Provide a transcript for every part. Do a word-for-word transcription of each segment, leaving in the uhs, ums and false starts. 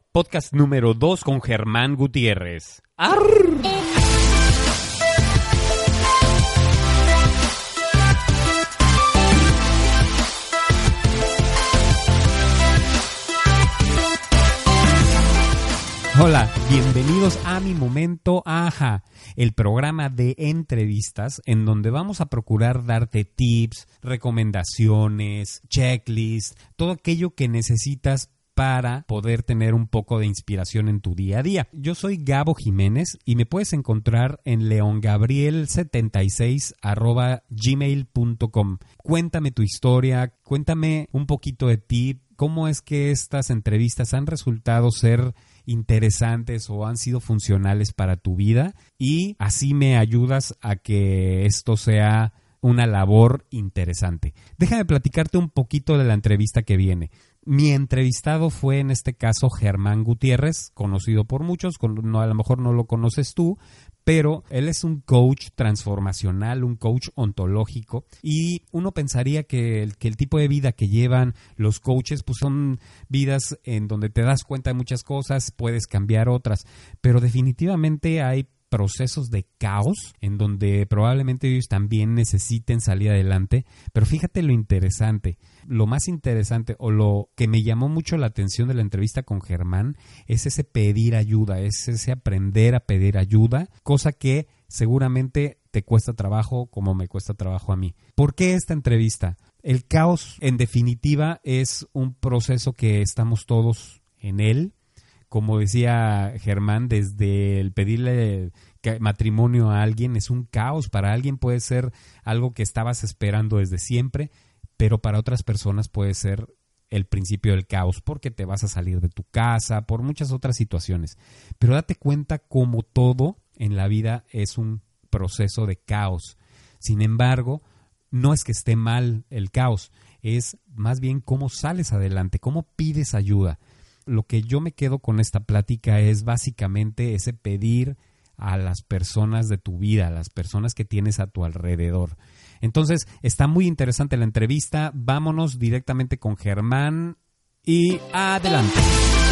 Podcast número dos con Germán Gutiérrez. ¡Arr! Hola, bienvenidos a Mi Momento Aja, el programa de entrevistas en donde vamos a procurar darte tips, recomendaciones, checklists, todo aquello que necesitas para poder tener un poco de inspiración en tu día a día. Yo soy Gabo Jiménez y me puedes encontrar en leongabriel setenta y seis arroba gmail punto com. Cuéntame tu historia, cuéntame un poquito de ti, cómo es que estas entrevistas han resultado ser interesantes o han sido funcionales para tu vida, y así me ayudas a que esto sea una labor interesante. Déjame platicarte un poquito de la entrevista que viene. Mi entrevistado fue en este caso Germán Gutiérrez, conocido por muchos, no, a lo mejor no lo conoces tú, pero él es un coach transformacional, un coach ontológico, y uno pensaría que el, que el tipo de vida que llevan los coaches pues son vidas en donde te das cuenta de muchas cosas, puedes cambiar otras, pero definitivamente hay procesos de caos en donde probablemente ellos también necesiten salir adelante. Pero fíjate lo interesante, lo más interesante o lo que me llamó mucho la atención de la entrevista con Germán es ese pedir ayuda, es ese aprender a pedir ayuda, cosa que seguramente te cuesta trabajo como me cuesta trabajo a mí. ¿Por qué esta entrevista? El caos, en definitiva, es un proceso que estamos todos en él. Como decía Germán, desde el pedirle matrimonio a alguien es un caos. Para alguien puede ser algo que estabas esperando desde siempre, pero para otras personas puede ser el principio del caos porque te vas a salir de tu casa, por muchas otras situaciones. Pero date cuenta cómo todo en la vida es un proceso de caos. Sin embargo, no es que esté mal el caos, es más bien cómo sales adelante, cómo pides ayuda. Lo que yo me quedo con esta plática es básicamente ese pedir a las personas de tu vida, a las personas que tienes a tu alrededor. Entonces, está muy interesante la entrevista. Vámonos directamente con Germán y adelante.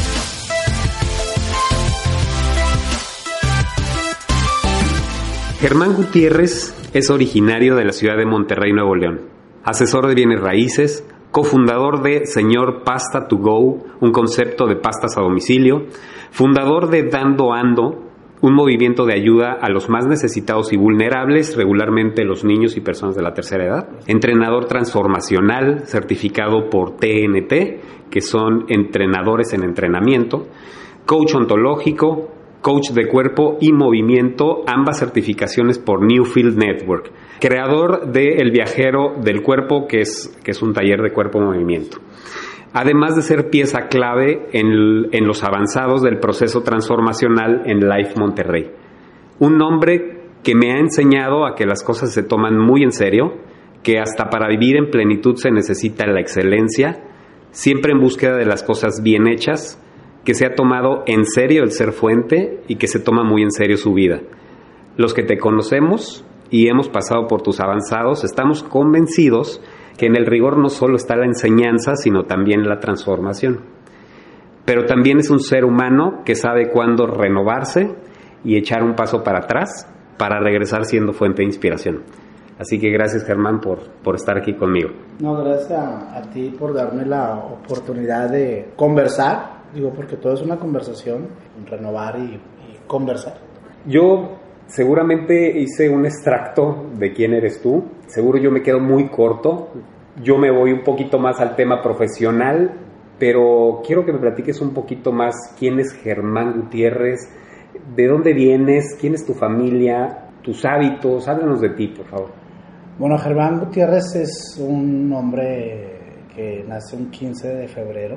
Germán Gutiérrez es originario de la ciudad de Monterrey, Nuevo León, asesor de bienes raíces, cofundador de Señor Pasta to Go, un concepto de pastas a domicilio, fundador de Dando Ando, un movimiento de ayuda a los más necesitados y vulnerables, regularmente los niños y personas de la tercera edad, entrenador transformacional, certificado por T N T, que son entrenadores en entrenamiento, coach ontológico, coach de cuerpo y movimiento, ambas certificaciones por Newfield Network, creador de El Viajero del Cuerpo, que es, que es un taller de cuerpo-movimiento. Además de ser pieza clave en, en los avanzados del proceso transformacional en Life Monterrey. Un hombre que me ha enseñado a que las cosas se toman muy en serio, que hasta para vivir en plenitud se necesita la excelencia, siempre en búsqueda de las cosas bien hechas, que se ha tomado en serio el ser fuente y que se toma muy en serio su vida. Los que te conocemos y hemos pasado por tus avanzados, estamos convencidos que en el rigor no solo está la enseñanza, sino también la transformación. Pero también es un ser humano que sabe cuándo renovarse y echar un paso para atrás para regresar siendo fuente de inspiración. Así que gracias, Germán, por, por estar aquí conmigo. No, gracias a, a ti por darme la oportunidad de conversar. Digo, porque todo es una conversación, renovar y, y conversar. Yo seguramente hice un extracto de quién eres tú. Seguro yo me quedo muy corto. Yo me voy un poquito más al tema profesional, pero quiero que me platiques un poquito más quién es Germán Gutiérrez, de dónde vienes, quién es tu familia, tus hábitos. Háblanos de ti, por favor. Bueno, Germán Gutiérrez es un hombre que nace un quince de febrero.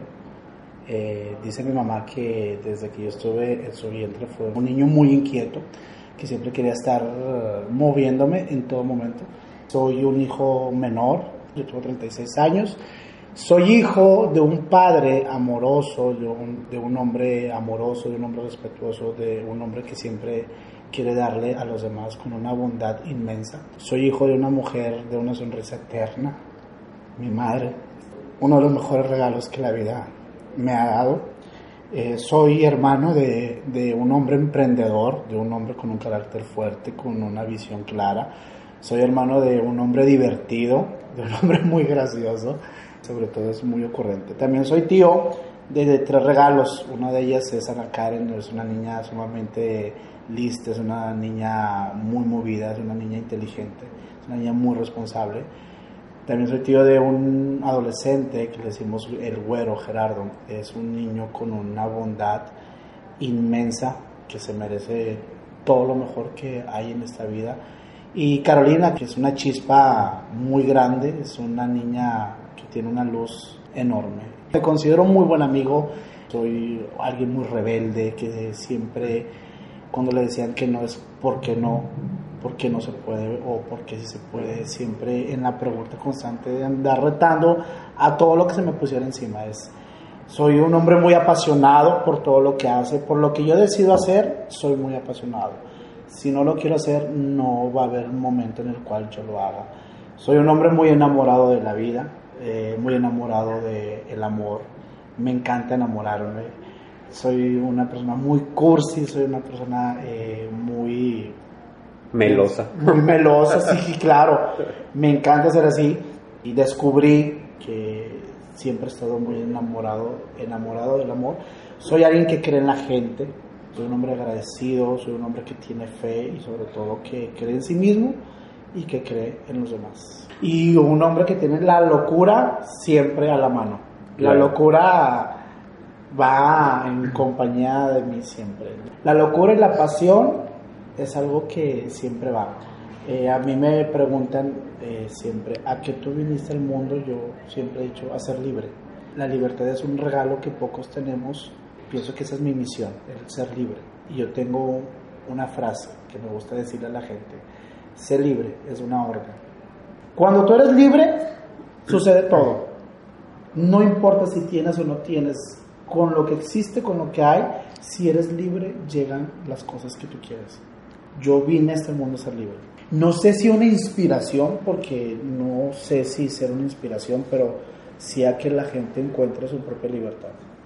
Eh, dice mi mamá que desde que yo estuve en su vientre fue un niño muy inquieto, que siempre quería estar uh, moviéndome en todo momento. Soy un hijo menor, yo tengo treinta y seis años. Soy hijo de un padre amoroso, de un, de un hombre amoroso, de un hombre respetuoso, de un hombre que siempre quiere darle a los demás con una bondad inmensa. Soy hijo de una mujer de una sonrisa eterna, mi madre. Uno de los mejores regalos que la vida me ha dado. Eh, soy hermano de, de un hombre emprendedor, de un hombre con un carácter fuerte, con una visión clara. Soy hermano de un hombre divertido, de un hombre muy gracioso, sobre todo es muy ocurrente. También soy tío de, de tres regalos. Una de ellas es Ana Karen, es una niña sumamente lista, es una niña muy movida, es una niña inteligente, es una niña muy responsable. También soy tío de un adolescente que le decimos el güero, Gerardo. Es un niño con una bondad inmensa que se merece todo lo mejor que hay en esta vida. Y Carolina, que es una chispa muy grande, es una niña que tiene una luz enorme. Me considero un muy buen amigo, soy alguien muy rebelde, que siempre cuando le decían que no es porque no, porque no se puede o porque sí se puede, siempre en la pregunta constante de andar retando a todo lo que se me pusiera encima. Es, soy un hombre muy apasionado por todo lo que hace, por lo que yo decido hacer, soy muy apasionado. Si no lo quiero hacer, no va a haber un momento en el cual yo lo haga. Soy un hombre muy enamorado de la vida, eh, muy enamorado del amor, me encanta enamorarme. Soy una persona muy cursi, soy una persona eh, muy... Melosa. Muy melosa, sí, claro. Me encanta ser así. Y descubrí que siempre he estado muy enamorado, enamorado del amor. Soy alguien que cree en la gente. Soy un hombre agradecido, soy un hombre que tiene fe y sobre todo que cree en sí mismo y que cree en los demás. Y un hombre que tiene la locura siempre a la mano. La locura va en compañía de mí siempre. La locura y la pasión es algo que siempre va. Eh, a mí me preguntan eh, siempre, ¿a qué tú viniste al mundo? Yo siempre he dicho, a ser libre. La libertad es un regalo que pocos tenemos. Pienso que esa es mi misión, el ser libre. Y yo tengo una frase que me gusta decirle a la gente, ser libre es una orden. Cuando tú eres libre, sucede todo. No importa si tienes o no tienes, con lo que existe, con lo que hay, si eres libre, llegan las cosas que tú quieres. Yo vine a este mundo a ser libre. No sé si una inspiración, porque no sé si ser una inspiración, pero sí a que la gente encuentre su propia libertad.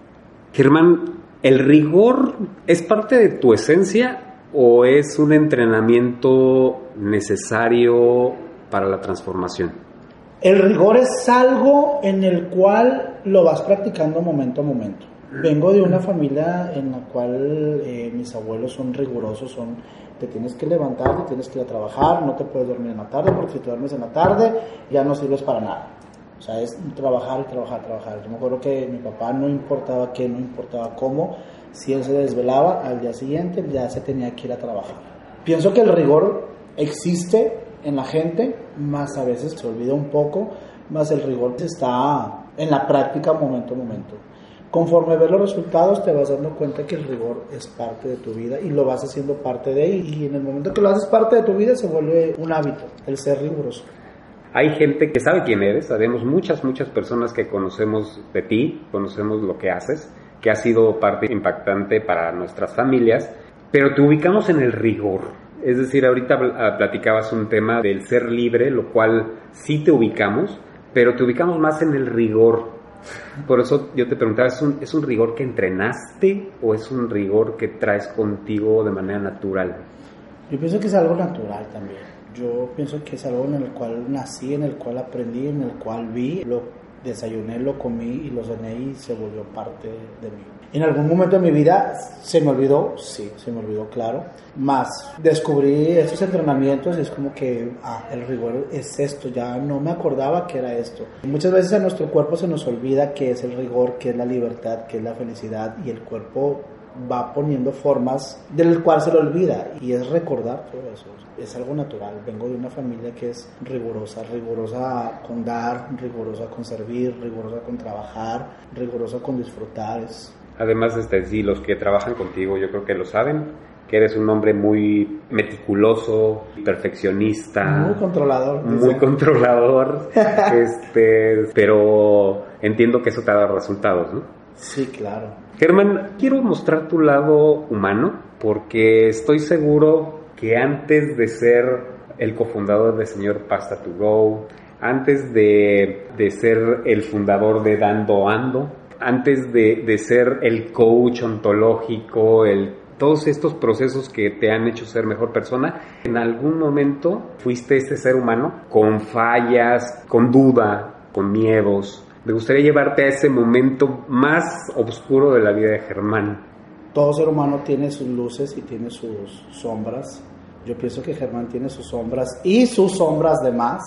Germán, ¿el rigor es parte de tu esencia o es un entrenamiento necesario para la transformación? El rigor es algo en el cual lo vas practicando momento a momento. Vengo de una familia en la cual eh, mis abuelos son rigurosos, son te tienes que levantar, te tienes que ir a trabajar, no te puedes dormir en la tarde porque si te duermes en la tarde ya no sirves para nada. O sea, es trabajar y trabajar, trabajar. Yo me acuerdo que mi papá no importaba qué, no importaba cómo, si él se desvelaba, al día siguiente ya se tenía que ir a trabajar. Pienso que el rigor existe en la gente, más a veces se olvida un poco, más el rigor está en la práctica momento a momento. Conforme ves los resultados te vas dando cuenta que el rigor es parte de tu vida y lo vas haciendo parte de él, y en el momento que lo haces parte de tu vida se vuelve un hábito, el ser riguroso. Hay gente que sabe quién eres, sabemos muchas, muchas personas que conocemos de ti, conocemos lo que haces, que ha sido parte impactante para nuestras familias, pero te ubicamos en el rigor. Es decir, ahorita platicabas un tema del ser libre, lo cual sí te ubicamos, pero te ubicamos más en el rigor. Por eso yo te preguntaba, ¿es un, ¿es un rigor que entrenaste o es un rigor que traes contigo de manera natural? Yo pienso que es algo natural también. Yo pienso que es algo en el cual nací, en el cual aprendí, en el cual vi, lo desayuné, lo comí y lo cené y se volvió parte de mí. En algún momento de mi vida se me olvidó, sí, se me olvidó, claro. Más descubrí estos entrenamientos y es como que, ah, el rigor es esto, ya no me acordaba que era esto. Muchas veces a nuestro cuerpo se nos olvida qué es el rigor, qué es la libertad, qué es la felicidad, y el cuerpo va poniendo formas del cual se le olvida, y es recordar todo eso. Es algo natural. Vengo de una familia que es rigurosa, rigurosa con dar, rigurosa con servir, rigurosa con trabajar, rigurosa con disfrutar. Es... Además, este, sí, los que trabajan contigo yo creo que lo saben, que eres un hombre muy meticuloso, perfeccionista, muy controlador, muy dice. controlador, este, pero entiendo que eso te ha dado resultados, ¿no? Sí, claro. Germán, quiero mostrar tu lado humano, porque estoy seguro que antes de ser el cofundador de Señor Pasta to Go, antes de, de ser el fundador de Dando Ando, antes de, de ser el coach ontológico, el, todos estos procesos que te han hecho ser mejor persona, en algún momento fuiste este ser humano con fallas, con duda, con miedos. Me gustaría llevarte a ese momento más oscuro de la vida de Germán. Todo ser humano tiene sus luces y tiene sus sombras. Yo pienso que Germán tiene sus sombras y sus sombras de más.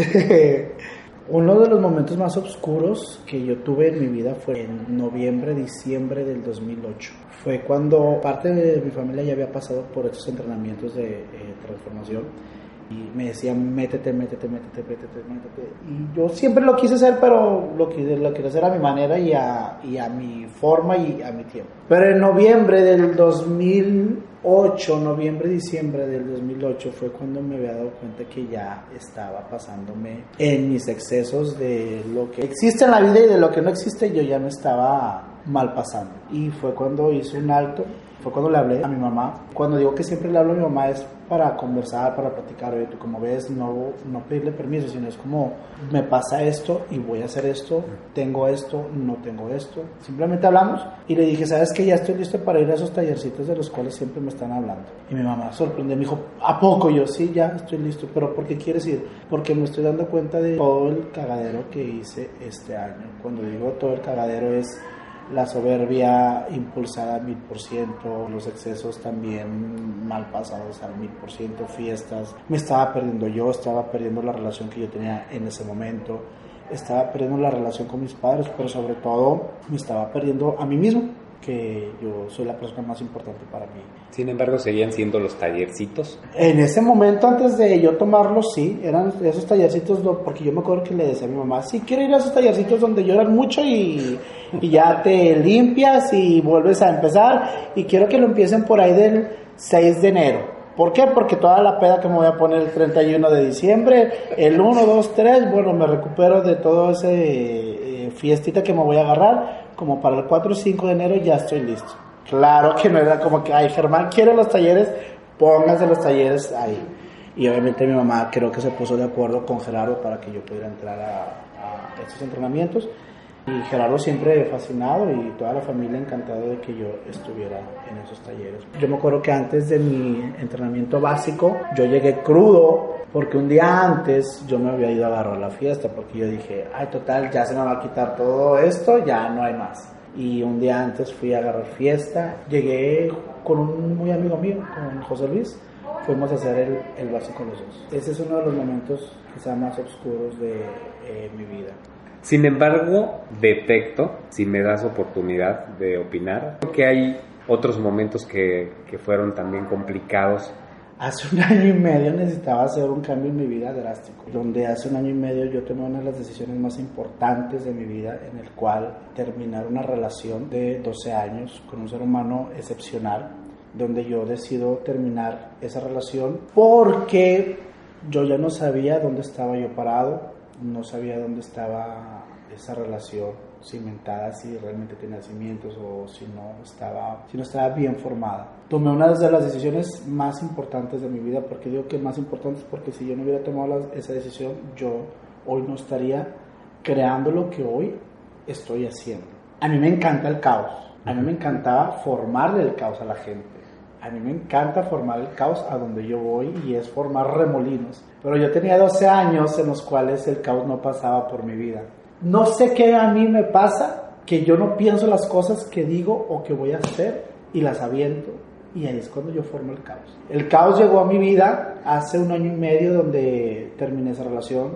Uno de los momentos más oscuros que yo tuve en mi vida fue en noviembre, diciembre del dos mil ocho. Fue cuando parte de mi familia ya había pasado por estos entrenamientos de eh, transformación y me decían, métete, métete, métete, métete, métete. Y yo siempre lo quise hacer, pero lo, lo quise hacer a mi manera y a, y a mi forma y a mi tiempo. Pero en noviembre del dos mil ocho, noviembre, diciembre del dos mil ocho fue cuando me había dado cuenta que ya estaba pasándome en mis excesos de lo que existe en la vida y de lo que no existe. Yo ya me estaba mal pasando y fue cuando hice un alto. Fue cuando le hablé a mi mamá. Cuando digo que siempre le hablo a mi mamá es para conversar, para platicar. Oye, tú como ves, no, no pedirle permiso, sino es como, me pasa esto y voy a hacer esto, tengo esto, no tengo esto. Simplemente hablamos y le dije, ¿sabes qué? Ya estoy listo para ir a esos tallercitos de los cuales siempre me están hablando. Y mi mamá sorprendió, me dijo, ¿a poco? Yo, sí, ya estoy listo. ¿Pero por qué quieres ir? Porque me estoy dando cuenta de todo el cagadero que hice este año. Cuando digo todo el cagadero es la soberbia impulsada al mil por ciento, los excesos también mal pasados al mil por ciento, fiestas. Me estaba perdiendo yo, estaba perdiendo la relación que yo tenía en ese momento, estaba perdiendo la relación con mis padres, pero sobre todo me estaba perdiendo a mí mismo, que yo soy la persona más importante para mí. Sin embargo, seguían siendo los tallercitos. En ese momento, antes de yo tomarlos, sí, eran esos tallercitos, porque yo me acuerdo que le decía a mi mamá, sí, quiero ir a esos tallercitos donde lloran mucho y, y ya te limpias y vuelves a empezar, y quiero que lo empiecen por ahí del seis de enero. ¿Por qué? Porque toda la peda que me voy a poner el treinta y uno de diciembre, el uno, dos, tres, bueno, me recupero de todo ese eh, fiestita que me voy a agarrar, como para el cuatro o cinco de enero ya estoy listo. Claro que no era como que, ay, Germán quiere los talleres, pónganse los talleres ahí. Y obviamente mi mamá creo que se puso de acuerdo con Gerardo para que yo pudiera entrar a, a estos entrenamientos. Y Gerardo siempre fascinado y toda la familia encantado de que yo estuviera en esos talleres. Yo me acuerdo que antes de mi entrenamiento básico, yo llegué crudo porque un día antes yo me había ido a agarrar la fiesta porque yo dije, ay, total, ya se me va a quitar todo esto, ya no hay más. Y un día antes fui a agarrar fiesta, llegué con un muy amigo mío, con José Luis, fuimos a hacer el, el básico los dos. Ese es uno de los momentos quizá más oscuros de eh, mi vida. Sin embargo, detecto, si me das oportunidad de opinar, que hay otros momentos que, que fueron también complicados. Hace un año y medio necesitaba hacer un cambio en mi vida drástico, donde hace un año y medio yo tomé una de las decisiones más importantes de mi vida, en el cual terminar una relación de doce años con un ser humano excepcional, donde yo decido terminar esa relación porque yo ya no sabía dónde estaba yo parado, no sabía dónde estaba esa relación cimentada, si realmente tenía cimientos o si no estaba, si no estaba bien formada. Tomé una de las decisiones más importantes de mi vida. Porque digo que más importantes porque si yo no hubiera tomado la, esa decisión, yo hoy no estaría creando lo que hoy estoy haciendo. A mí me encanta el caos, a mí me encantaba formarle el caos a la gente. A mí me encanta formar el caos a donde yo voy y es formar remolinos. Pero yo tenía doce años en los cuales el caos no pasaba por mi vida. No sé qué a mí me pasa, que yo no pienso las cosas que digo o que voy a hacer y las aviento. Y ahí es cuando yo formo el caos. El caos llegó a mi vida hace un año y medio donde terminé esa relación,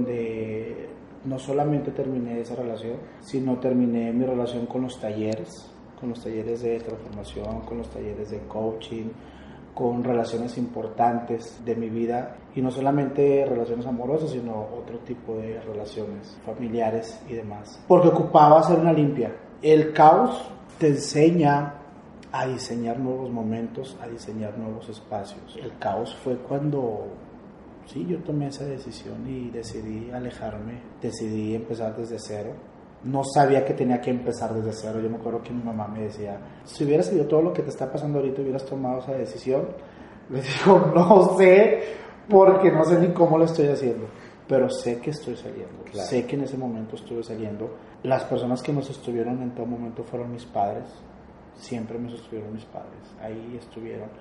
donde no solamente terminé esa relación, sino terminé mi relación con los talleres. Con los talleres de transformación, con los talleres de coaching, con relaciones importantes de mi vida, y no solamente relaciones amorosas, sino otro tipo de relaciones familiares y demás, porque ocupaba hacer una limpia. El caos te enseña a diseñar nuevos momentos, a diseñar nuevos espacios. El caos fue cuando sí, yo tomé esa decisión y decidí alejarme, decidí empezar desde cero. No sabía que tenía que empezar desde cero. Yo me acuerdo que mi mamá me decía, si hubieras sabido todo lo que te está pasando ahorita, hubieras tomado esa decisión. Les digo, no sé, porque no sé ni cómo lo estoy haciendo, pero sé que estoy saliendo. Claro. Sé que en ese momento estuve saliendo Las personas que me sostuvieron en todo momento fueron mis padres, siempre me sostuvieron mis padres, ahí estuvieron.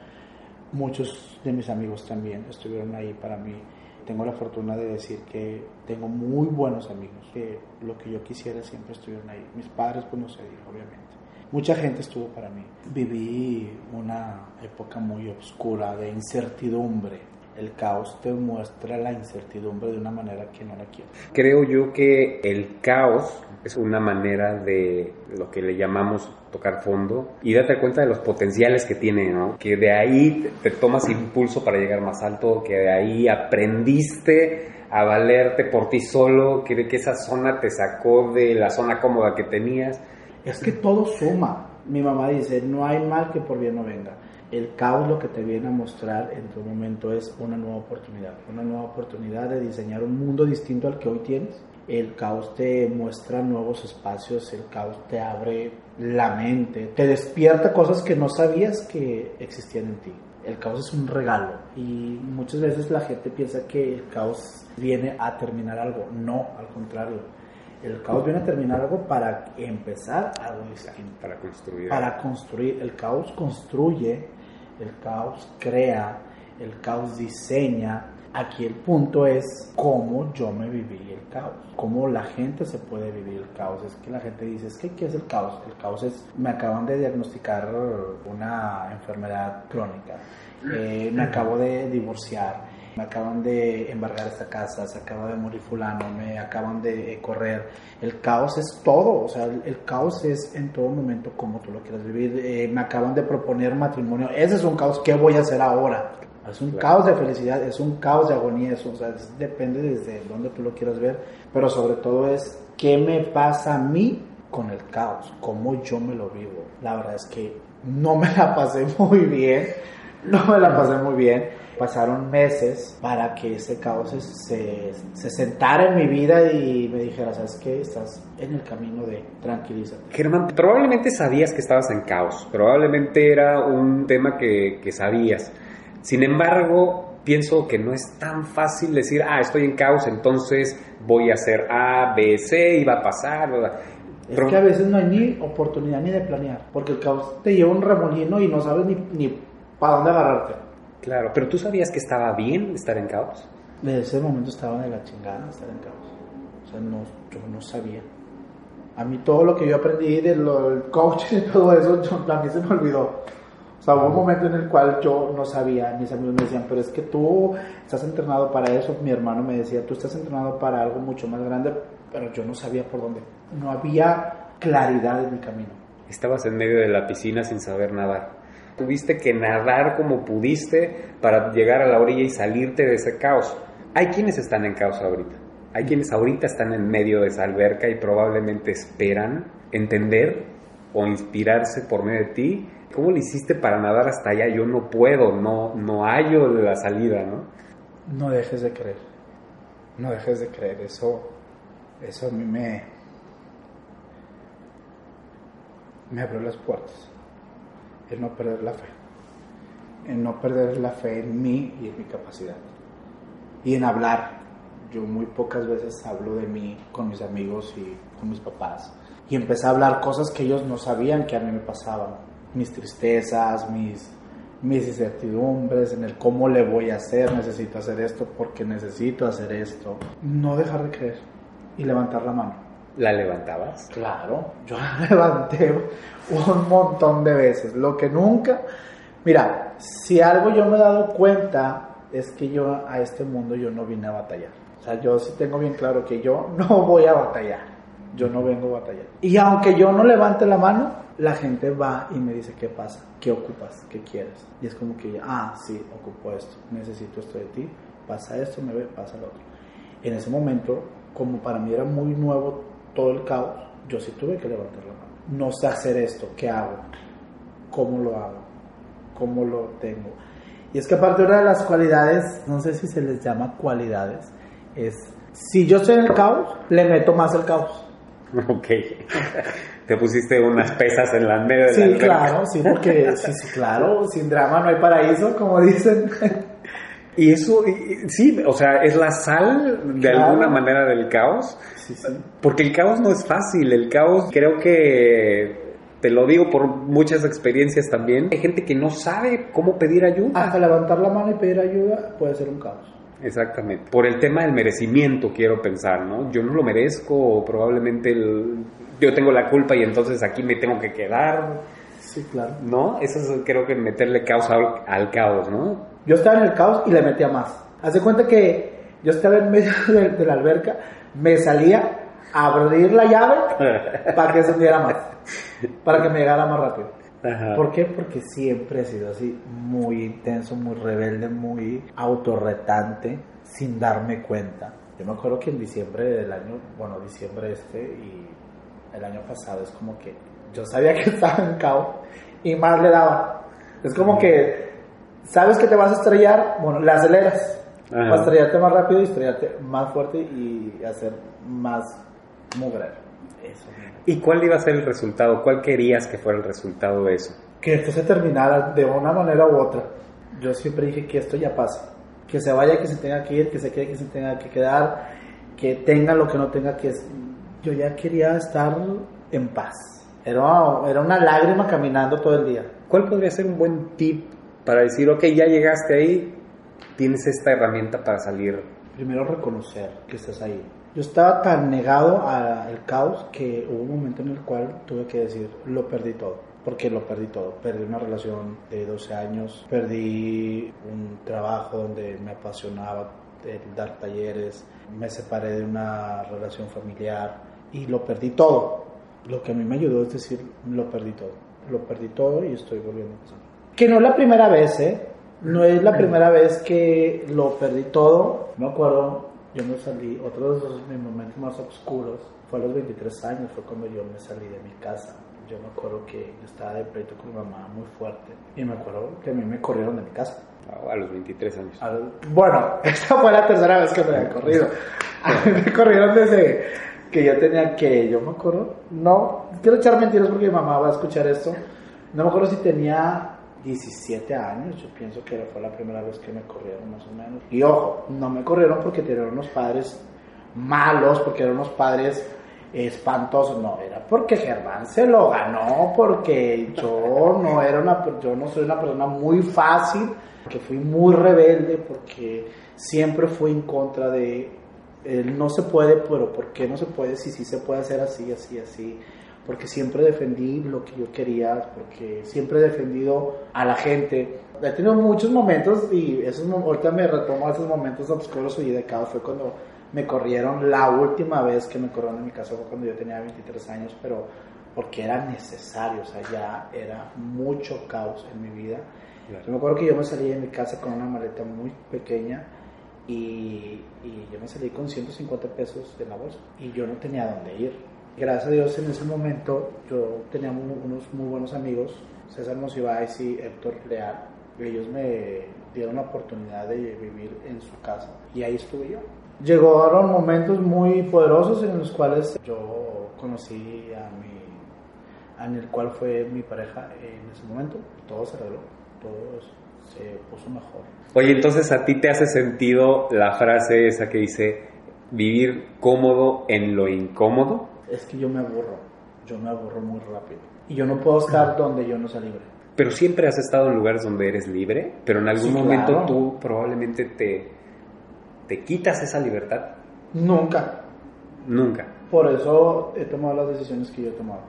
Muchos de mis amigos también estuvieron ahí para mí. Tengo la fortuna de decir que tengo muy buenos amigos, que lo que yo quisiera siempre estuvieron ahí. Mis padres, pues no sé, obviamente. Mucha gente estuvo para mí. Viví una época muy oscura de incertidumbre. El caos te muestra la incertidumbre de una manera que no la quiero. Creo yo que el caos es una manera de lo que le llamamos tocar fondo y darte cuenta de los potenciales que tiene, ¿no? Que de ahí te tomas impulso para llegar más alto, que de ahí aprendiste a valerte por ti solo, que, que esa zona te sacó de la zona cómoda que tenías. Es que todo suma. Mi mamá dice, no hay mal que por bien no venga. El caos lo que te viene a mostrar en tu momento es una nueva oportunidad, una nueva oportunidad de diseñar un mundo distinto al que hoy tienes. El caos te muestra nuevos espacios, el caos te abre la mente, te despierta cosas que no sabías que existían en ti. El caos es un regalo y muchas veces la gente piensa que el caos viene a terminar algo. No, al contrario. El caos viene a terminar algo para empezar algo distinto. Para construir. Para construir. El caos construye, el caos crea, el caos diseña. Aquí el punto es cómo yo me viví el caos, cómo la gente se puede vivir el caos. Es que la gente dice, es que ¿qué es el caos? El caos es, me acaban de diagnosticar una enfermedad crónica, eh, me acabo de divorciar, me acaban de embargar esta casa, se acaba de morir fulano, me acaban de correr. El caos es todo, o sea, el, el caos es en todo momento como tú lo quieras vivir. Eh, me acaban de proponer matrimonio, ese es un caos, ¿qué voy a hacer ahora? Es un claro. caos de felicidad, es un caos de agonía, eso, o sea, es, depende desde dónde tú lo quieras ver, pero sobre todo es qué me pasa a mí con el caos, cómo yo me lo vivo. La verdad es que no me la pasé muy bien, no me la pasé muy bien. Pasaron meses para que ese caos se, se, se sentara en mi vida y me dijera, ¿sabes qué? Estás en el camino de tranquilízate. Germán, probablemente sabías que estabas en caos, probablemente era un tema que, que sabías. Sin embargo, pienso que no es tan fácil decir, ah, estoy en caos, entonces voy a hacer A, B, C y va a pasar, ¿verdad? Es Pero, que a veces no hay ni oportunidad ni de planear, porque el caos te lleva un remolino y no sabes ni, ni para dónde agarrarte. Claro, pero ¿tú sabías que estaba bien estar en caos? Desde ese momento estaba de la chingada estar en caos. O sea, no, yo no sabía. A mí todo lo que yo aprendí del coach y todo eso, yo, a mí se me olvidó. O sea, hubo un momento en el cual yo no sabía, mis amigos me decían, pero es que tú estás entrenado para eso. Mi hermano me decía, tú estás entrenado para algo mucho más grande, pero yo no sabía por dónde. No había claridad en mi camino. Estabas en medio de la piscina sin saber nadar. Tuviste que nadar como pudiste para llegar a la orilla y salirte de ese caos. Hay quienes están en caos ahorita. Hay quienes ahorita están en medio de esa alberca y probablemente esperan entender o inspirarse por medio de ti. ¿Cómo le hiciste para nadar hasta allá? Yo no puedo, no, no hallo la salida, ¿no? No dejes de creer, no dejes de creer, eso, eso a mí me, me abrió las puertas, el no perder la fe, el no perder la fe en mí y en mi capacidad, y en hablar. Yo muy pocas veces hablo de mí con mis amigos y con mis papás, y empecé a hablar cosas que ellos no sabían que a mí me pasaban. Mis tristezas, mis, mis incertidumbres en el cómo le voy a hacer, necesito hacer esto porque necesito hacer esto. No dejar de creer y levantar la mano. ¿La levantabas? Claro, yo la levanté un montón de veces. Lo que nunca... Mira, si algo yo me he dado cuenta es que yo a este mundo yo no vine a batallar. O sea, yo sí tengo bien claro que yo no voy a batallar. Yo no vengo a batallar. Y aunque yo no levante la mano, la gente va y me dice, ¿qué pasa? ¿Qué ocupas? ¿Qué quieres? Y es como que, ah, sí, ocupo esto, necesito esto de ti, pasa esto, me ve, pasa lo otro. En ese momento, como para mí era muy nuevo todo el caos, yo sí tuve que levantar la mano. No sé hacer esto, ¿qué hago? ¿Cómo lo hago? ¿Cómo lo tengo? Y es que aparte una de las cualidades, no sé si se les llama cualidades, es, si yo estoy en el caos, le meto más el caos. Ok. Te pusiste unas pesas en la medio de sí, la alberca. Claro, sí, porque sí, sí, claro, sin drama no hay paraíso, como dicen. Y eso, y, sí, o sea, es la sal de claro. alguna manera del caos. Sí, sí. Porque el caos no es fácil. El caos, creo que, te lo digo por muchas experiencias también, hay gente que no sabe cómo pedir ayuda. Hasta levantar la mano y pedir ayuda puede ser un caos. Exactamente. Por el tema del merecimiento, quiero pensar, ¿no? Yo no lo merezco, o probablemente el, yo tengo la culpa y entonces aquí me tengo que quedar. Sí, claro. ¿No? Eso es, creo que meterle caos al, al caos, ¿no? Yo estaba en el caos y le metía más. Haz de cuenta que yo estaba en medio de, de la alberca, me salía a abrir la llave para que se hundiera más, para que me llegara más rápido. Ajá. ¿Por qué? Porque siempre he sido así, muy intenso, muy rebelde, muy autorretante, sin darme cuenta. Yo me acuerdo que en diciembre del año, bueno, diciembre este y el año pasado, es como que yo sabía que estaba en caos y más le daba. Es como que sabes que te vas a estrellar, bueno, le aceleras. Ajá. Para estrellarte más rápido y estrellarte más fuerte y hacer más mugrero. Eso. ¿Y cuál iba a ser el resultado? ¿Cuál querías que fuera el resultado de eso? Que esto se terminara de una manera u otra. Yo siempre dije que esto ya pasa. Que se vaya, que se tenga que ir, que se quede, que se tenga que quedar, que tenga lo que no tenga que... Yo ya quería estar en paz. Era, era una lágrima caminando todo el día. ¿Cuál podría ser un buen tip para decir, ok, ya llegaste ahí, tienes esta herramienta para salir? Primero reconocer que estás ahí. Yo estaba tan negado al caos que hubo un momento en el cual tuve que decir, lo perdí todo. Porque lo perdí todo. Perdí una relación de doce años, perdí un trabajo donde me apasionaba el dar talleres, me separé de una relación familiar y lo perdí todo. Lo que a mí me ayudó es decir, lo perdí todo. Lo perdí todo y estoy volviendo a empezar. Que no es la primera vez, ¿eh? No es la primera vez que lo perdí todo. Me acuerdo, yo me salí, otro de esos, mis momentos más oscuros fue a los veintitrés años, fue cuando yo me salí de mi casa. Yo me acuerdo que yo estaba de pleito con mi mamá muy fuerte y me acuerdo que a mí me corrieron de mi casa. Oh, a los veintitrés años. A los, bueno, esta fue la tercera vez que me había corrido. A mí me corrieron desde que yo tenía que, yo me acuerdo, no, quiero echar mentiras porque mi mamá va a escuchar esto. No me acuerdo si tenía diecisiete años, yo pienso que fue la primera vez que me corrieron más o menos. Y ojo, no me corrieron porque tenían unos padres malos, porque eran unos padres espantosos, no, era porque Germán se lo ganó, porque yo no era una, yo no soy una persona muy fácil, que fui muy rebelde, porque siempre fui en contra de el no se puede, pero ¿por qué no se puede? Si sí se puede hacer así, así, así. Porque siempre defendí lo que yo quería, porque siempre he defendido a la gente. He tenido muchos momentos y esos, ahorita me retomo esos momentos oscuros y de caos. Fue cuando me corrieron, la última vez que me corrieron en mi casa fue cuando yo tenía veintitrés años, pero porque era necesario, o sea, ya era mucho caos en mi vida. Claro. Yo me acuerdo que yo me salí de mi casa con una maleta muy pequeña y, y yo me salí con ciento cincuenta pesos de la bolsa y yo no tenía dónde ir. Gracias a Dios en ese momento yo tenía unos muy buenos amigos, César Monsiváis y Héctor Leal. Ellos me dieron la oportunidad de vivir en su casa y ahí estuve yo. Llegaron momentos muy poderosos en los cuales yo conocí a mi, en el cual fue mi pareja en ese momento. Todo se arregló, todo se puso mejor. Oye, entonces a ti te hace sentido la frase esa que dice vivir cómodo en lo incómodo. Es que yo me aburro, yo me aburro muy rápido. Y yo no puedo estar donde yo no sea libre. Pero siempre has estado en lugares donde eres libre, pero en algún sí, momento claro. Tú probablemente te, te quitas esa libertad. Nunca. Nunca. Por eso he tomado las decisiones que yo he tomado.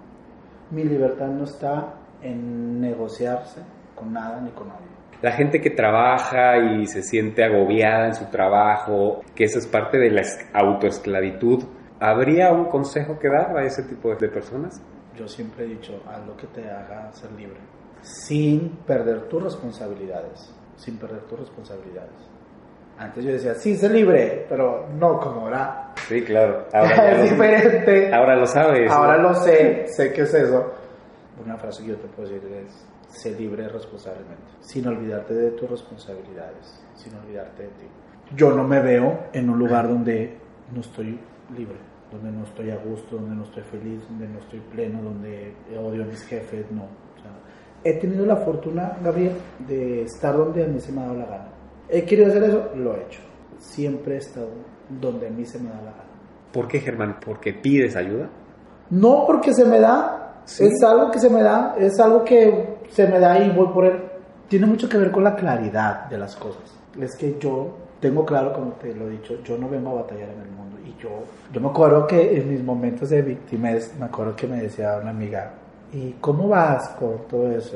Mi libertad no está en negociarse con nada ni con nadie. La gente que trabaja y se siente agobiada en su trabajo, que eso es parte de la autoesclavitud, ¿habría un consejo que dar a ese tipo de personas? Yo siempre he dicho, haz lo que te haga ser libre, sin perder tus responsabilidades, sin perder tus responsabilidades. Antes yo decía, sí, sé libre, pero no como ahora. Sí, claro. Ahora es lo, diferente. Ahora lo sabes. Ahora ¿no? lo sé, sé qué es eso. Una frase que yo te puedo decir es, sé libre responsablemente, sin olvidarte de tus responsabilidades, sin olvidarte de ti. Yo no me veo en un lugar donde no estoy libre, donde no estoy a gusto, donde no estoy feliz, donde no estoy pleno, donde odio a mis jefes, no. O sea, he tenido la fortuna, Gabriel, de estar donde a mí se me ha dado la gana. he querido hacer eso, lo he hecho. Siempre he estado donde a mí se me da la gana. ¿Por qué, Germán? ¿Porque pides ayuda? No porque se me da, ¿sí? Es algo que se me da, es algo que se me da y voy por él. Tiene mucho que ver con la claridad de las cosas. Es que yo tengo claro, como te lo he dicho, yo no vengo a batallar en el mundo. Y yo, yo me acuerdo que en mis momentos de victimez, me acuerdo que me decía una amiga, ¿y cómo vas con todo eso?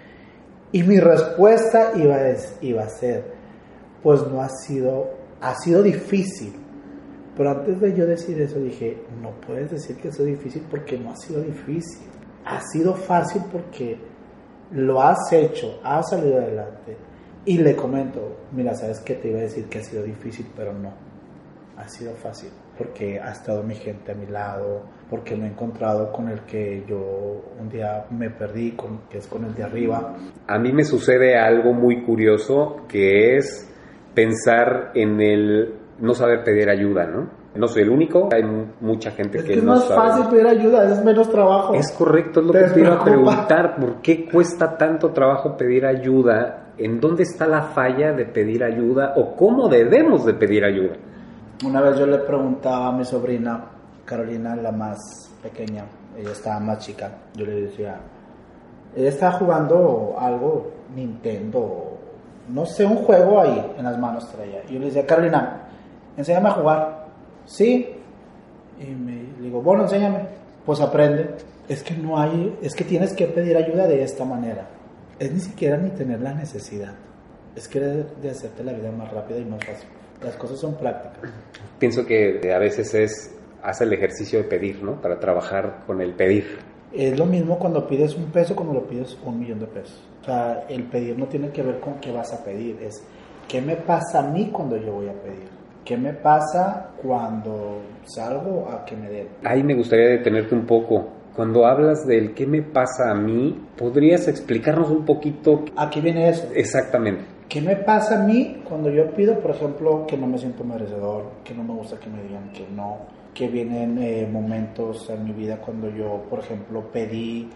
Y mi respuesta iba a, iba a ser, pues no ha sido, ha sido difícil. Pero antes de yo decir eso dije, no puedes decir que ha sido difícil porque no ha sido difícil. Ha sido fácil porque lo has hecho, has salido adelante. Y le comento, mira, sabes que te iba a decir que ha sido difícil, pero no, ha sido fácil. Porque ha estado mi gente a mi lado, porque me he encontrado con el que yo un día me perdí, con, que es con el de arriba. A mí me sucede algo muy curioso, que es pensar en el no saber pedir ayuda, ¿no? No soy el único, hay mucha gente es que, que no sabe. Es más sabe. fácil pedir ayuda, es menos trabajo. Es correcto, es lo Te que te iba a preocupa. preguntar. ¿Por qué cuesta tanto trabajo pedir ayuda? ¿En dónde está la falla de pedir ayuda? ¿O cómo debemos de pedir ayuda? Una vez yo le preguntaba a mi sobrina, Carolina, la más pequeña, ella estaba más chica, yo le decía, ella estaba jugando algo, Nintendo, no sé, un juego ahí en las manos traía. Y yo le decía, Carolina, enséñame a jugar. Sí. Y me le digo, bueno, enséñame. Pues aprende. Es que no hay, es que tienes que pedir ayuda de esta manera. Es ni siquiera ni tener la necesidad. Es que de, de hacerte la vida más rápida y más fácil. Las cosas son prácticas. Pienso que a veces es, hace el ejercicio de pedir, ¿no? Para trabajar con el pedir. Es lo mismo cuando pides un peso como lo pides un millón de pesos. O sea, el pedir no tiene que ver con qué vas a pedir. Es qué me pasa a mí cuando yo voy a pedir. ¿Qué me pasa cuando salgo a que me den? Ahí me gustaría detenerte un poco. Cuando hablas del qué me pasa a mí, ¿podrías explicarnos un poquito? Aquí viene eso. Exactamente. ¿Qué me pasa a mí cuando yo pido, por ejemplo, que no me siento merecedor, que no me gusta que me digan que no, que vienen eh, momentos en mi vida cuando yo, por ejemplo, pedí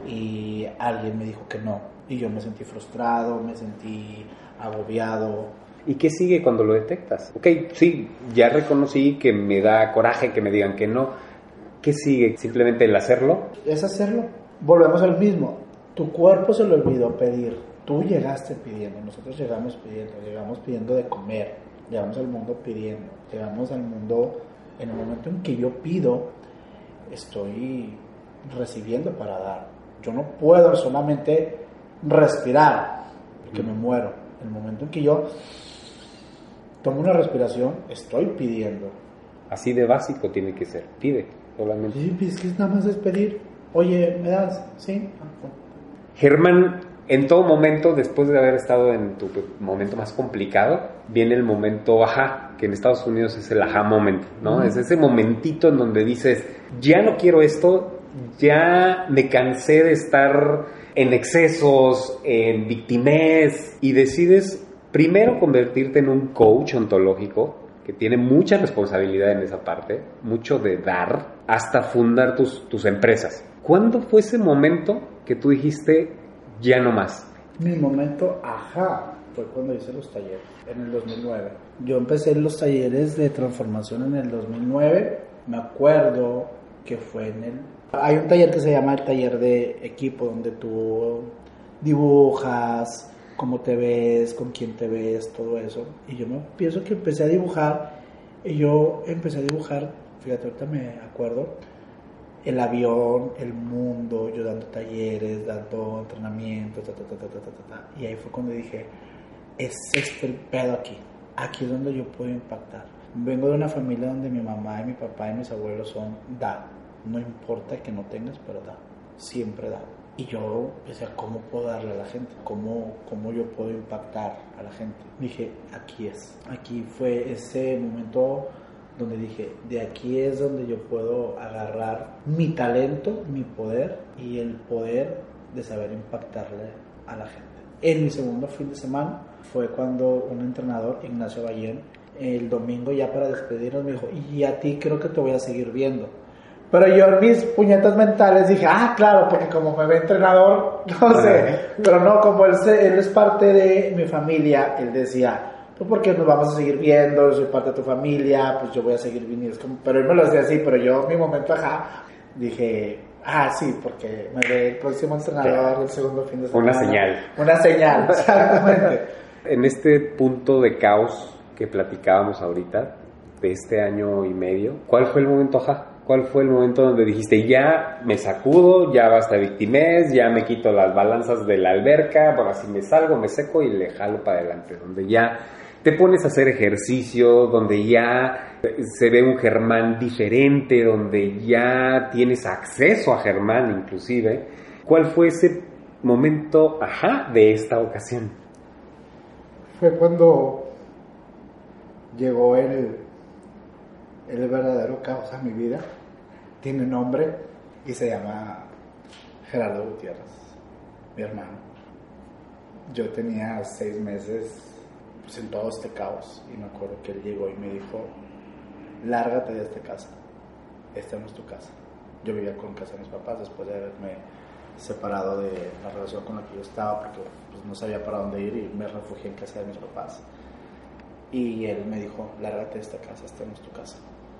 y alguien me dijo que no y yo me sentí frustrado, me sentí agobiado? ¿Y qué sigue cuando lo detectas? Ok, sí, ya reconocí que me da coraje que me digan que no. ¿Qué sigue? ¿Simplemente el hacerlo? Es hacerlo. Volvemos al mismo. Tu cuerpo se le olvidó pedir. Tú llegaste pidiendo. Nosotros llegamos pidiendo. Llegamos pidiendo de comer. Llegamos al mundo pidiendo. Llegamos al mundo en el momento en que yo pido, estoy recibiendo para dar. Yo no puedo solamente respirar porque me muero. En el momento en que yo tomo una respiración, estoy pidiendo. Así de básico tiene que ser. Pide, solamente. Sí, es que nada más es pedir. Oye, ¿me das? Sí. Germán, en todo momento, después de haber estado en tu momento más complicado, viene el momento ajá, que en Estados Unidos es el ajá moment, ¿no? Uh-huh. Es ese momentito en donde dices, ya no quiero esto, ya me cansé de estar en excesos, en victimez, y decides primero convertirte en un coach ontológico que tiene mucha responsabilidad en esa parte, mucho de dar, hasta fundar tus, tus empresas. ¿Cuándo fue ese momento que tú dijiste, ya no más? Mi momento ajá fue cuando hice los talleres, en el dos mil nueve. Yo empecé los talleres de transformación en el dos mil nueve, me acuerdo que fue en el... Hay un taller que se llama el taller de equipo, donde tú dibujas cómo te ves, con quién te ves, todo eso. Y yo me pienso que empecé a dibujar, y yo empecé a dibujar, fíjate, ahorita me acuerdo, el avión, el mundo, yo dando talleres, dando entrenamiento, ta, ta, ta, ta, ta, ta, ta. Y ahí fue cuando dije, es este el pedo aquí, aquí es donde yo puedo impactar. Vengo de una familia donde mi mamá y mi papá y mis abuelos son da. No importa que no tengas, pero da. Siempre da. Y yo decía, ¿cómo puedo darle a la gente? ¿Cómo, cómo yo puedo impactar a la gente? Dije, aquí es. Aquí fue ese momento donde dije, de aquí es donde yo puedo agarrar mi talento, mi poder y el poder de saber impactarle a la gente. En mi segundo fin de semana fue cuando un entrenador, Ignacio Ballén, el domingo ya para despedirnos me dijo, y a ti creo que te voy a seguir viendo. Pero yo en mis puñetas mentales dije, ah, claro, porque como me ve entrenador, no sé. Pero no, como él, se, él es parte de mi familia, él decía, pues porque nos vamos a seguir viendo, yo soy parte de tu familia, pues yo voy a seguir viniendo. Es como, pero él me lo decía así, pero yo, en mi momento, ajá, dije, ah, sí, porque me ve el próximo entrenador el segundo fin de semana. Una señal. Una señal, exactamente. En este punto de caos que platicábamos ahorita, de este año y medio, ¿cuál fue el momento, ajá? ¿Cuál fue el momento donde dijiste, ya me sacudo, ya basta victimez, ya me quito las balanzas de la alberca, bueno, así me salgo, me seco y le jalo para adelante? Donde ya te pones a hacer ejercicio, donde ya se ve un Germán diferente, donde ya tienes acceso a Germán inclusive. ¿Cuál fue ese momento, ajá, de esta ocasión? Fue cuando llegó el... el verdadero caos a mi vida. Tiene nombre y se llama Gerardo Gutiérrez, mi hermano. Yo tenía seis meses pues, en todo este caos y me acuerdo que él llegó y me dijo, lárgate de esta casa, esta no es tu casa. Yo vivía con casa de mis papás después de haberme separado de la relación con la que yo estaba porque pues, no sabía para dónde ir y me refugié en casa de mis papás. Y él me dijo, lárgate de esta casa, esta no es tu casa.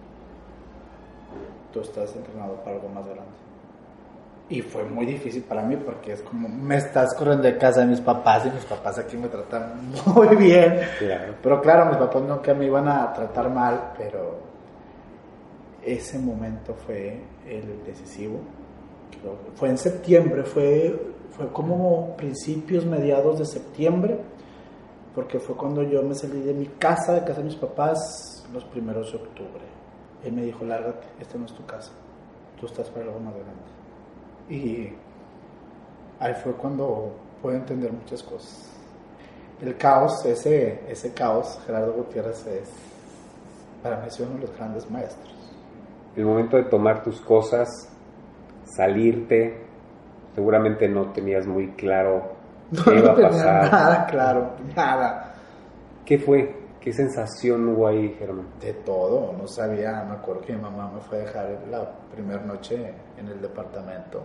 Tú estás entrenado para algo más grande. Y fue muy difícil para mí porque es como, me estás corriendo de casa de mis papás y mis papás aquí me tratan muy bien. Claro. Pero claro, mis papás nunca me iban a tratar mal, pero ese momento fue el decisivo. Fue en septiembre, fue, fue como principios, mediados de septiembre, porque fue cuando yo me salí de mi casa, de casa de mis papás, los primeros de octubre. Él me dijo, lárgate, esta no es tu casa, tú estás para algo más grande. Y ahí fue cuando pude entender muchas cosas. El caos, ese, ese caos, Gerardo Gutiérrez es, para mí es uno de los grandes maestros. El momento de tomar tus cosas, salirte, seguramente no tenías muy claro No, qué iba no a tenía pasar. nada claro, nada. ¿Qué fue? ¿Qué sensación hubo ahí, Germán? De todo, no sabía, me acuerdo que mi mamá me fue a dejar la primera noche en el departamento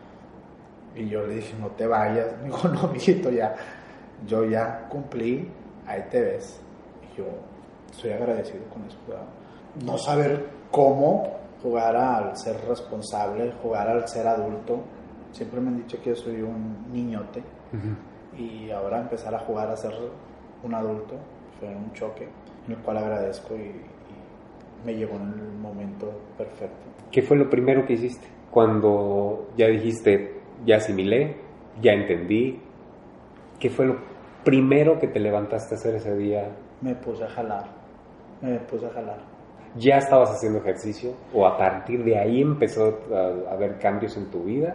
y yo le dije, no te vayas. Me dijo, no, mijito, ya, yo ya cumplí, ahí te ves. Y yo estoy agradecido con eso, ¿verdad? No saber cómo jugar al ser responsable, jugar al ser adulto. Siempre me han dicho que yo soy un niñote. Uh-huh. Y ahora empezar a jugar a ser un adulto fue un choque en el cual agradezco y, y me llegó en el momento perfecto. ¿Qué fue lo primero que hiciste cuando ya dijiste, ya asimilé, ya entendí? ¿Qué fue lo primero que te levantaste a hacer ese día? Me puse a jalar, me puse a jalar. ¿Ya estabas haciendo ejercicio o a partir de ahí empezó a, a haber cambios en tu vida?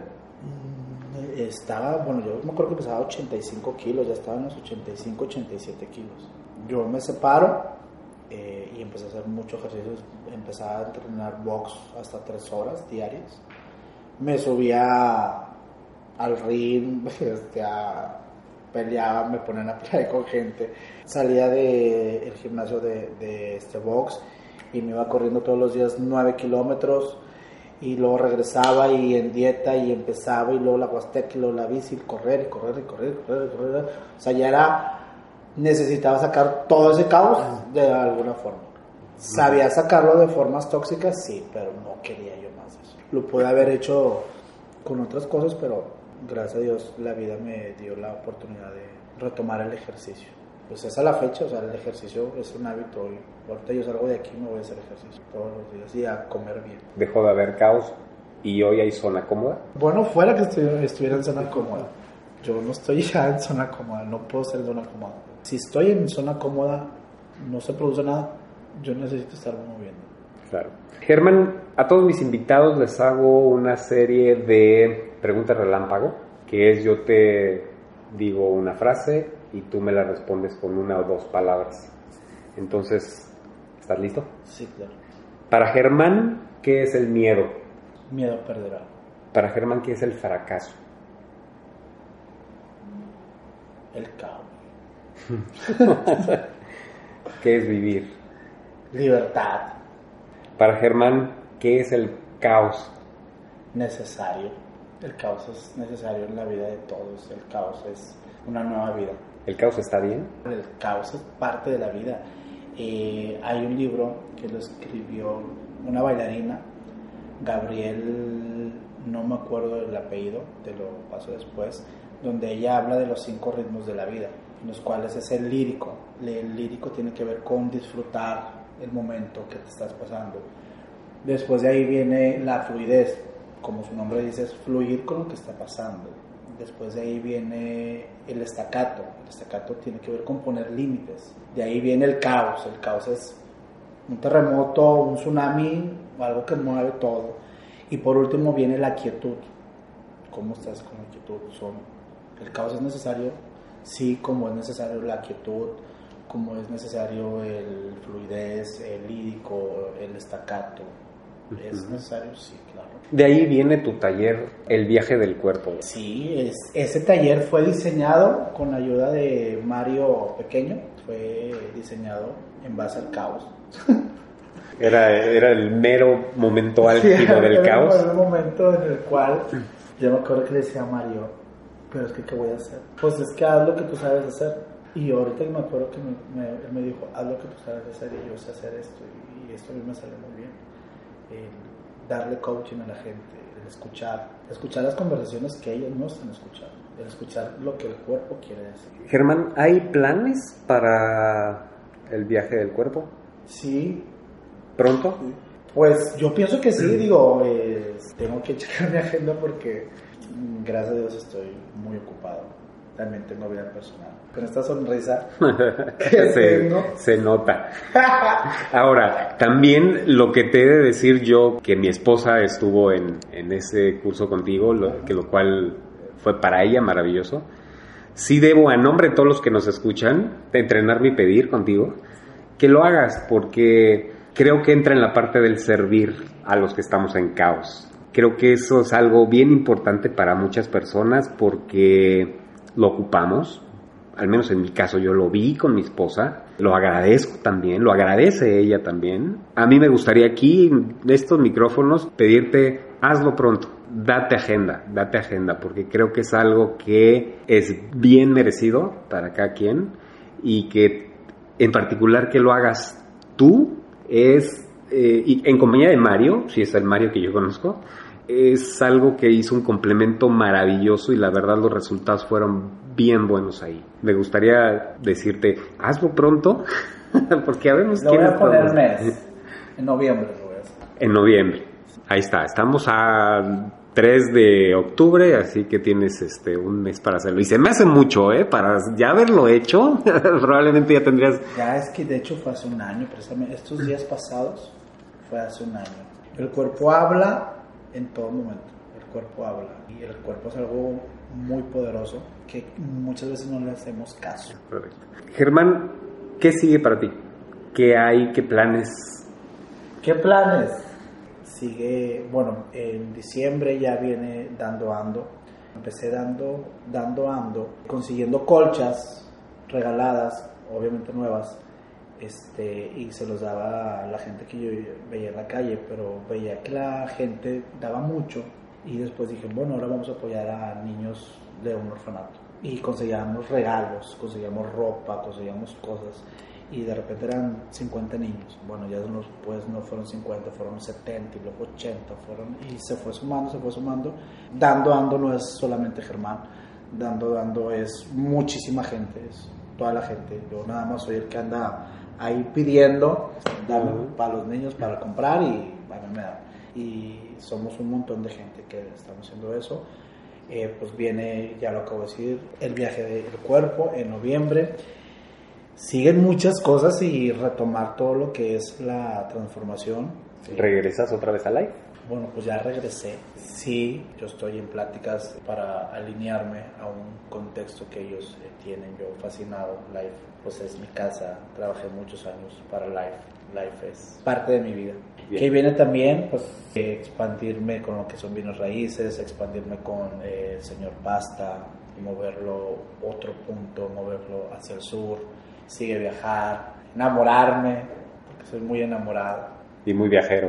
Estaba, bueno, yo me acuerdo que pesaba ochenta y cinco kilos, ya estaba en los ochenta y cinco, ochenta y siete kilos. Yo me separo eh, y empecé a hacer mucho ejercicio, empecé a entrenar box hasta tres horas diarias. Me subía al ring, este, a, peleaba, me ponían a pelear con gente. Salía del gimnasio de, de este box y me iba corriendo todos los días nueve kilómetros. Y luego regresaba y en dieta y empezaba y luego la Huasteca y luego la bici y correr y correr y correr y correr y correr. O sea, ya era, necesitaba sacar todo ese caos de alguna forma. Sabía sacarlo de formas tóxicas, sí, pero no quería yo más eso. Lo pude haber hecho con otras cosas, pero gracias a Dios la vida me dio la oportunidad de retomar el ejercicio. Pues esa es la fecha, o sea, el ejercicio es un hábito. Y ahorita yo salgo de aquí y me voy a hacer ejercicio todos los días y a comer bien. Dejó de haber caos y hoy hay zona cómoda. Bueno, fuera que estuviera, estuviera en zona cómoda. Yo no estoy ya en zona cómoda, no puedo ser en zona cómoda. Si estoy en zona cómoda, no se produce nada, yo necesito estarme moviendo. Claro. Germán, a todos mis invitados les hago una serie de preguntas relámpago, que es yo te digo una frase y tú me la respondes con una o dos palabras. Entonces, ¿estás listo? Sí, claro. Para Germán, ¿qué es el miedo? Miedo a perder algo. Para Germán, ¿qué es el fracaso? El caos. ¿Qué es vivir? Libertad. Para Germán, ¿qué es el caos? Necesario. El caos es necesario en la vida de todos. El caos es una nueva vida. ¿El caos está bien? El caos es parte de la vida. Eh, hay un libro que lo escribió una bailarina, Gabriel, no me acuerdo del apellido, te lo paso después, donde ella habla de los cinco ritmos de la vida, en los cuales es el lírico. El lírico tiene que ver con disfrutar el momento que te estás pasando. Después de ahí viene la fluidez, como su nombre dice, es fluir con lo que está pasando. Después de ahí viene el staccato. El staccato tiene que ver con poner límites. De ahí viene el caos. El caos es un terremoto, un tsunami, algo que mueve todo. Y por último viene la quietud. ¿Cómo estás con la quietud? Son, el caos es necesario, sí, como es necesario la quietud, como es necesario el fluidez, el lírico, el staccato. ¿Es necesario? Sí, claro. De ahí viene tu taller, El viaje del cuerpo. Sí, es, ese taller fue diseñado con la ayuda de Mario Pequeño, fue diseñado en base al caos. Era, era el mero momento álgido sí, del era caos. Era el momento en el cual yo me acuerdo que le decía a Mario, pero es que ¿qué voy a hacer? Pues es que haz lo que tú sabes hacer. Y ahorita me acuerdo que me, me, él me dijo, haz lo que tú sabes hacer, y yo sé hacer esto, y, y esto a mí me sale muy bien. El darle coaching a la gente, el escuchar, escuchar las conversaciones que ellos no están escuchando, el escuchar lo que el cuerpo quiere decir. Germán, ¿hay planes para el viaje del cuerpo? Sí. ¿Pronto? Pues yo pienso que sí, digo, eh, tengo que checar mi agenda porque gracias a Dios estoy muy ocupado. También tengo vida personal. Con esta sonrisa que se, tengo. Se nota. Ahora, también lo que te he de decir yo, que mi esposa estuvo en, en ese curso contigo, lo, que lo cual fue para ella maravilloso. Sí debo, a nombre de todos los que nos escuchan, de entrenarme y pedir contigo, que lo hagas, porque creo que entra en la parte del servir a los que estamos en caos. Creo que eso es algo bien importante para muchas personas porque lo ocupamos, al menos en mi caso yo lo vi con mi esposa, lo agradezco también, lo agradece ella también. A mí me gustaría aquí, en estos micrófonos, pedirte, hazlo pronto, date agenda, date agenda, porque creo que es algo que es bien merecido para cada quien y que en particular que lo hagas tú es, eh, y en compañía de Mario, si es el Mario que yo conozco, es algo que hizo un complemento maravilloso y la verdad los resultados fueron bien buenos ahí. Me gustaría decirte, hazlo pronto, porque habemos lo voy a poner el mes, en noviembre lo voy a hacer. En noviembre, ahí está, estamos a tres de octubre, así que tienes este un mes para hacerlo. Y se me hace mucho, ¿eh? Para ya haberlo hecho, probablemente ya tendrías... Ya es que de hecho fue hace un año, precisamente estos días pasados fue hace un año. El cuerpo habla en todo momento, el cuerpo habla y el cuerpo es algo muy poderoso que muchas veces no le hacemos caso. Correcto. Germán, ¿qué sigue para ti? ¿Qué hay? ¿Qué planes? ¿Qué planes? Sigue, bueno, en diciembre ya viene Dando Ando. Empecé dando, dando ando, consiguiendo colchas regaladas, obviamente nuevas, este, y se los daba a la gente que yo veía en la calle, pero veía que la gente daba mucho y después dije, bueno, ahora vamos a apoyar a niños de un orfanato y conseguíamos regalos, conseguíamos ropa, conseguíamos cosas y de repente eran cincuenta niños, bueno, ya no, pues no fueron cincuenta, fueron setenta y luego ochenta fueron, y se fue sumando, se fue sumando. Dando Ando no es solamente Germán, Dando Ando es muchísima gente, es toda la gente, yo nada más soy el que anda ahí pidiendo, dame uh-huh. para los niños para comprar y a mí me da. Y somos un montón de gente que estamos haciendo eso. Eh, pues viene, ya lo acabo de decir, el viaje del cuerpo en noviembre. Siguen muchas cosas y retomar todo lo que es la transformación. ¿Regresas otra vez a Life? Bueno, pues ya regresé. Sí, yo estoy en pláticas para alinearme a un contexto que ellos eh, tienen. Yo fascinado, Life pues es mi casa, trabajé muchos años para Life. Life es parte de mi vida. Bien. Que viene también pues eh, expandirme con lo que son vinos raíces, expandirme con eh, el señor Pasta, moverlo otro punto, moverlo hacia el sur. Sigue viajar, enamorarme, porque soy muy enamorado. Y muy viajero, ¿verdad?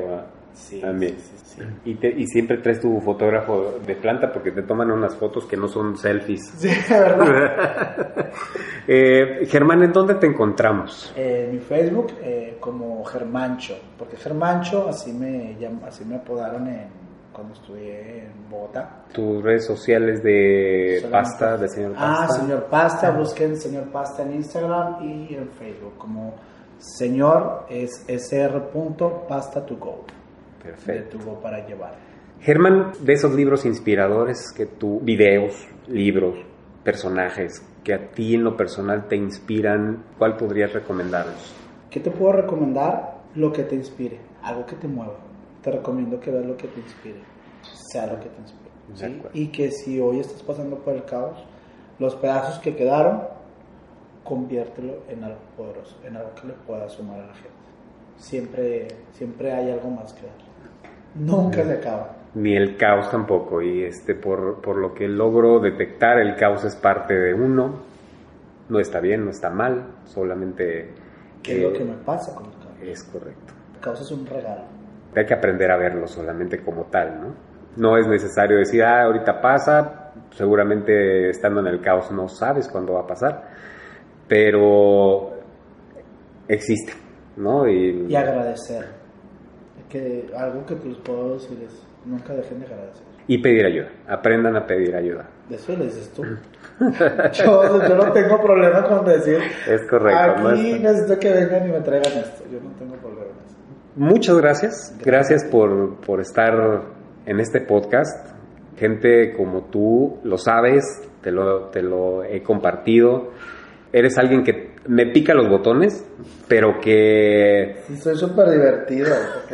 Sí, también. sí, sí, sí. Y, te, y siempre traes tu fotógrafo de planta porque te toman unas fotos que no son selfies. Sí, ¿verdad? eh, Germán, ¿en dónde te encontramos? Eh, en mi Facebook eh, como Germancho, porque Germancho así me llam- así me apodaron en, cuando estudié en Bogotá. Tus redes sociales de Solamente- pasta, de señor Ah, Pasta. señor Pasta, busquen señor Pasta en Instagram y en Facebook como señor es sr.pasta to go. De Perfecto. to go para llevar. Germán, de esos libros inspiradores que tú, videos, libros, personajes, que a ti en lo personal te inspiran, ¿cuál podrías recomendarnos? ¿Qué te puedo recomendar? Lo que te inspire, algo que te mueva. Te recomiendo que veas lo que te inspire, sea lo que te inspire. De ¿sí? acuerdo. Y que si hoy estás pasando por el caos, los pedazos que quedaron, conviértelo en algo poderoso, en algo que le pueda sumar a la gente. Siempre, siempre hay algo más que dar. Nunca se acaba. Ni el caos tampoco, y este por, por lo que logro detectar, el caos es parte de uno, no está bien, no está mal, solamente ¿Qué es eh, lo que me pasa con el caos? es correcto. El caos es un regalo. Hay que aprender a verlo solamente como tal, ¿no? No es necesario decir, ah, ahorita pasa, seguramente estando en el caos no sabes cuándo va a pasar, pero existe, ¿no? Y, Y agradecer. Que algo que te les puedo decir es, nunca dejen de agradecer. y pedir ayuda, aprendan a pedir ayuda. De eso le dices tú. yo, yo no tengo problema con decir, Es correcto. ¿no? aquí Es- necesito que vengan y me traigan esto. Yo no tengo problema con eso. Muchas gracias, gracias por, por estar en este podcast. Gente como tú, lo sabes, te lo, te lo he compartido. Eres alguien que me pica los botones, pero que Sí, soy súper divertido.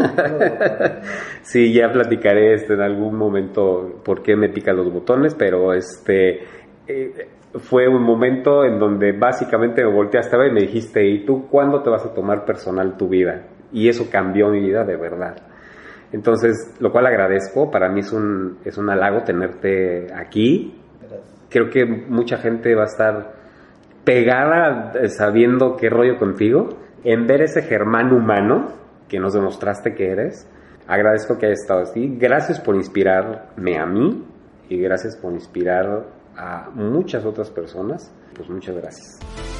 sí, ya platicaré este en algún momento por qué me pica los botones, pero este eh, fue un momento en donde básicamente me volteaste a ver y me dijiste, ¿y tú cuándo te vas a tomar personal tu vida? Y eso cambió mi vida de verdad. Entonces, lo cual agradezco, para mí es un, es un halago tenerte aquí. Gracias. Creo que mucha gente va a estar pegada eh, sabiendo qué rollo contigo, en ver ese Germán humano que nos demostraste que eres. Agradezco que hayas estado así. Gracias por inspirarme a mí y gracias por inspirar a muchas otras personas. Pues muchas gracias.